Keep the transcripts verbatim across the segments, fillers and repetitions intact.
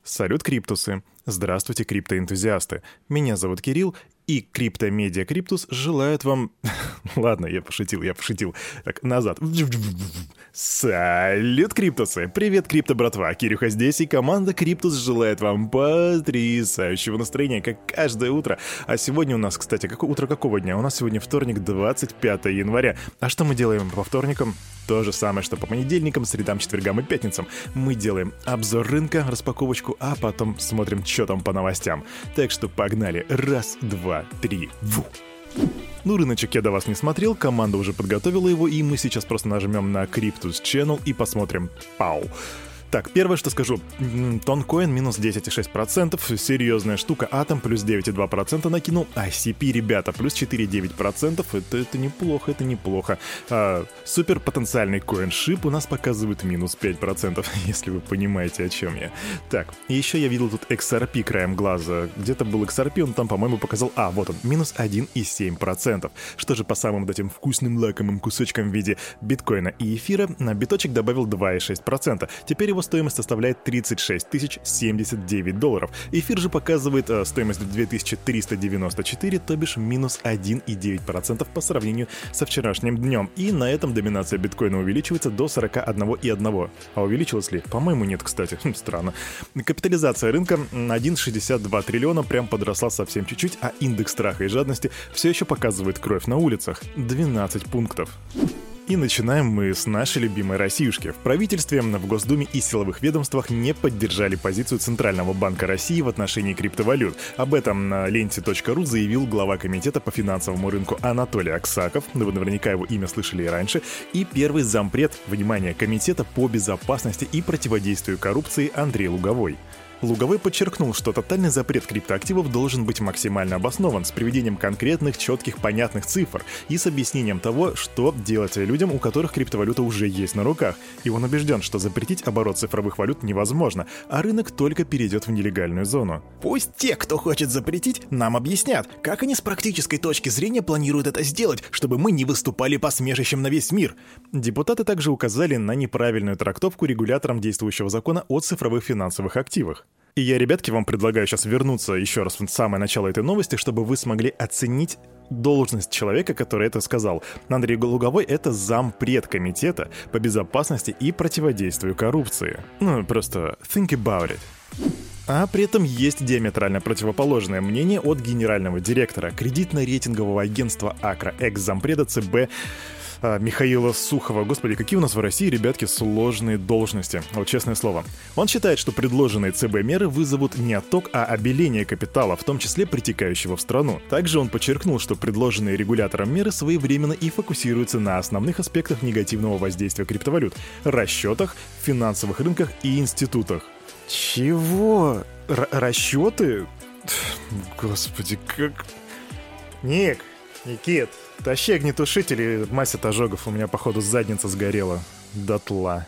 Салют, криптусы! Здравствуйте, криптоэнтузиасты! Меня зовут Кирилл, и Криптомедиа Криптус желает вам... Ладно, я пошутил, я пошутил. Так, назад. Салют, криптусы! Привет, крипто-братва! Кирюха здесь, и команда Криптус желает вам потрясающего настроения, как каждое утро. А сегодня у нас, кстати, как... утро какого дня? У нас сегодня вторник, двадцать пятое января. А что мы делаем по вторникам? То же самое, что по понедельникам, средам, четвергам и пятницам. Мы делаем обзор рынка, распаковочку, а потом смотрим, что там по новостям. Так что погнали. Раз, два, три, ву! Ну, рыночек я до вас не смотрел, команда уже подготовила его, и мы сейчас просто нажмем на Cryptus Channel и посмотрим. Пау! Так, первое, что скажу. Тонкоин минус десять целых шесть десятых процента. Серьезная штука. Атом плюс девять целых два десятых процента накинул. ай си пи, ребята, плюс четыре целых девять десятых процента. Это, это неплохо, это неплохо. А, супер потенциальный CoinShip у нас показывает минус пять процентов, если вы понимаете, о чем я. Так, еще я видел тут икс ар пи краем глаза. Где-то был икс ар пи, он там, по-моему, показал... А, вот он, минус один целых семь десятых процента. Что же по самым вот этим вкусным лакомым кусочкам в виде биткоина и эфира, на биточек добавил два целых шесть десятых процента. Теперь его стоимость составляет тридцать шесть тысяч семьдесят девять долларов. Эфир же показывает э, стоимость две тысячи триста девяносто четыре, то бишь минус один целых девять десятых процента по сравнению со вчерашним днем. И на этом доминация биткоина увеличивается до сорок один целых одна десятая. А увеличилась ли? По-моему, нет, кстати. Хм, странно. Капитализация рынка один целых шестьдесят два триллиона, прям подросла совсем чуть-чуть, а индекс страха и жадности все еще показывает кровь на улицах. двенадцать пунктов. И начинаем мы с нашей любимой Россиюшки. В правительстве, в Госдуме и силовых ведомствах не поддержали позицию Центрального банка России в отношении криптовалют. Об этом на ленте точка ру заявил глава комитета по финансовому рынку Анатолий Аксаков, вы наверняка его имя слышали и раньше, и первый зампред, внимание, комитета по безопасности и противодействию коррупции Андрей Луговой. Луговой подчеркнул, что тотальный запрет криптоактивов должен быть максимально обоснован, с приведением конкретных, четких, понятных цифр и с объяснением того, что делать людям, у которых криптовалюта уже есть на руках. И он убежден, что запретить оборот цифровых валют невозможно, а рынок только перейдет в нелегальную зону. Пусть те, кто хочет запретить, нам объяснят, как они с практической точки зрения планируют это сделать, чтобы мы не выступали посмешищем на весь мир. Депутаты также указали на неправильную трактовку регулятором действующего закона о цифровых финансовых активах. И я, ребятки, вам предлагаю сейчас вернуться еще раз в самое начало этой новости, чтобы вы смогли оценить должность человека, который это сказал. Андрей Луговой — это зампред комитета по безопасности и противодействию коррупции. Ну, просто think about it. А при этом есть диаметрально противоположное мнение от генерального директора кредитно-рейтингового агентства Акра, экс-зампреда ЦБ Михаила Сухова. Господи, какие у нас в России, ребятки, сложные должности. Вот честное слово. Он считает, что предложенные ЦБ меры вызовут не отток, а обеление капитала, в том числе притекающего в страну. Также он подчеркнул, что предложенные регулятором меры своевременно и фокусируются на основных аспектах негативного воздействия криптовалют – расчетах, финансовых рынках и институтах. Чего? Р- расчеты? Господи, как... Ник, Никит, тащи огнетушитель и мазь от ожогов, у меня, походу, задница сгорела дотла.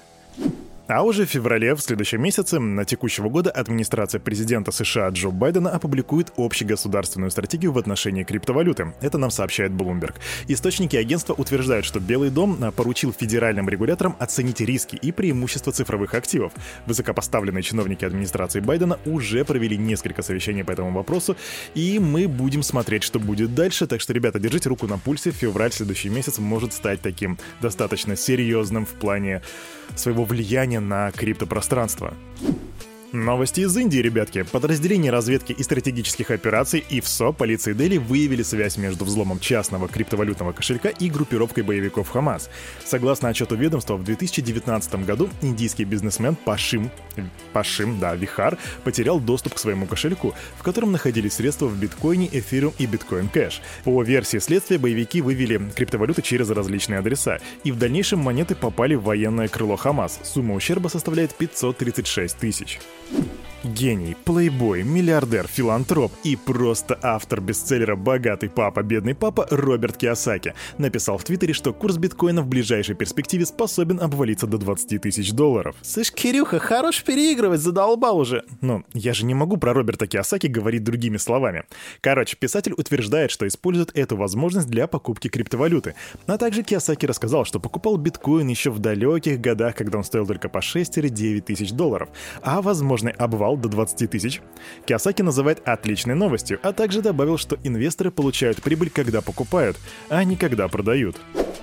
А уже в феврале, в следующем месяце, на текущего года, администрация президента США Джо Байдена опубликует общегосударственную стратегию в отношении криптовалюты. Это нам сообщает Bloomberg. Источники агентства утверждают, что Белый дом поручил федеральным регуляторам оценить риски и преимущества цифровых активов. Высокопоставленные чиновники администрации Байдена уже провели несколько совещаний по этому вопросу, и мы будем смотреть, что будет дальше. Так что, ребята, держите руку на пульсе. Февраль, следующий месяц, может стать таким достаточно серьезным в плане своего влияния на криптопространство. Новости из Индии, ребятки. Подразделения разведки и стратегических операций ИФСО полиции Дели выявили связь между взломом частного криптовалютного кошелька и группировкой боевиков Хамас. Согласно отчету ведомства, в две тысячи девятнадцатом году индийский бизнесмен Пашим, Пашим, да, Вихар, потерял доступ к своему кошельку, в котором находились средства в биткоине, эфириум и биткоин кэш. По версии следствия, боевики вывели криптовалюты через различные адреса, и в дальнейшем монеты попали в военное крыло Хамас. Сумма ущерба составляет пятьсот тридцать шесть тысяч. Гений, плейбой, миллиардер, филантроп и просто автор бестселлера «Богатый папа, бедный папа» Роберт Кийосаки написал в Твиттере, что курс биткоина в ближайшей перспективе способен обвалиться до двадцать тысяч долларов. Слышь, Кирюха, хорош переигрывать, задолбал уже. Ну, я же не могу про Роберта Кийосаки говорить другими словами. Короче, писатель утверждает, что использует эту возможность для покупки криптовалюты. А также Кийосаки рассказал, что покупал биткоин еще в далеких годах, когда он стоил только по шесть-девять тысяч долларов. А возможный обвал упал до двадцати тысяч, Кийосаки называет отличной новостью, а также добавил, что инвесторы получают прибыль, когда покупают, а не когда продают.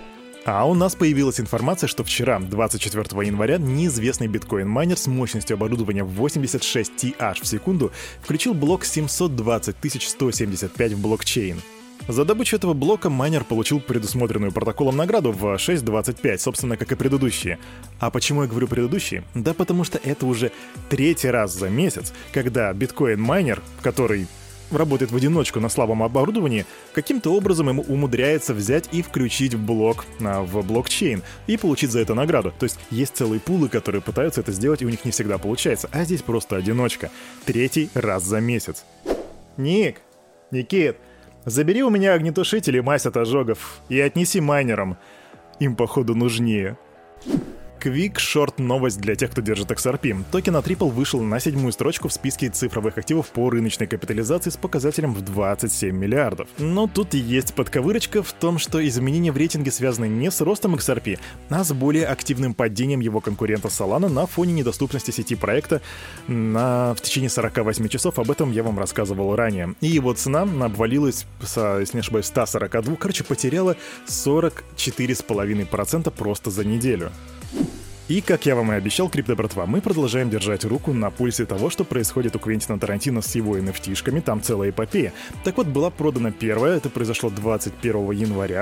А у нас появилась информация, что вчера, двадцать четвёртого января, неизвестный биткоин-майнер с мощностью оборудования восемьдесят шесть ти аш в секунду включил блок семьсот двадцать тысяч сто семьдесят пять в блокчейн. За добычу этого блока майнер получил предусмотренную протоколом награду в шесть двадцать пять, собственно, как и предыдущие. А почему я говорю предыдущие? Да потому что это уже третий раз за месяц, когда биткоин-майнер, который работает в одиночку на слабом оборудовании, каким-то образом ему умудряется взять и включить блок а, в блокчейн и получить за это награду. То есть есть целые пулы, которые пытаются это сделать, и у них не всегда получается. А здесь просто одиночка. Третий раз за месяц. Ник, Никит, забери у меня огнетушитель и мазь от ожогов и отнеси майнерам. Им, походу, нужнее. Quick Short новость для тех, кто держит икс ар пи. Токен от Ripple вышел на седьмую строчку в списке цифровых активов по рыночной капитализации с показателем в двадцать семь миллиардов. Но тут и есть подковырочка в том, что изменения в рейтинге связаны не с ростом икс ар пи, а с более активным падением его конкурента Solana на фоне недоступности сети проекта на... в течение сорока восьми часов. Об этом я вам рассказывал ранее. И его цена обвалилась, с, если не ошибаюсь, ста сорока двух, короче, потеряла сорок четыре целых пять десятых процента просто за неделю. И, как я вам и обещал, крипто-братва, мы продолжаем держать руку на пульсе того, что происходит у Квентина Тарантино с его эн эф ти-шками, там целая эпопея. Так вот, была продана первая, это произошло двадцать первого января,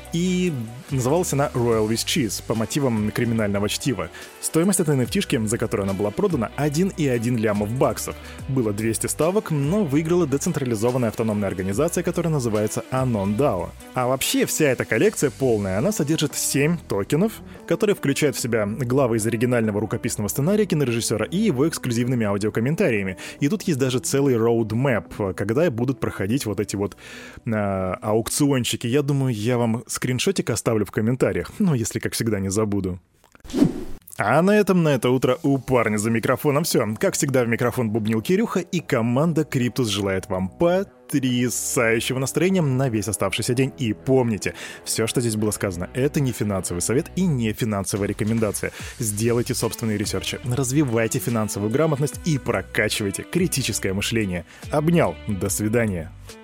и называлась она Royal with Cheese, по мотивам криминального чтива. Стоимость этой эн эф ти-шки, за которую она была продана, один и один лямов баксов. Было двести ставок, но выиграла децентрализованная автономная организация, которая называется Anon дао. А вообще, вся эта коллекция полная, она содержит семь токенов, которые включают в себя главы из оригинального рукописного сценария кинорежиссера и его эксклюзивными аудиокомментариями. И тут есть даже целый роудмэп, когда будут проходить вот эти вот э, аукциончики. Я думаю, я вам скриншотик оставлю в комментариях, ну, если, как всегда, не забуду. А на этом на это утро у парня за микрофоном все. Как всегда, в микрофон бубнил Кирюха, и команда Криптус желает вам потрясающего настроения на весь оставшийся день. И помните, все, что здесь было сказано, это не финансовый совет и не финансовая рекомендация. Сделайте собственные ресерчи, развивайте финансовую грамотность и прокачивайте критическое мышление. Обнял, до свидания.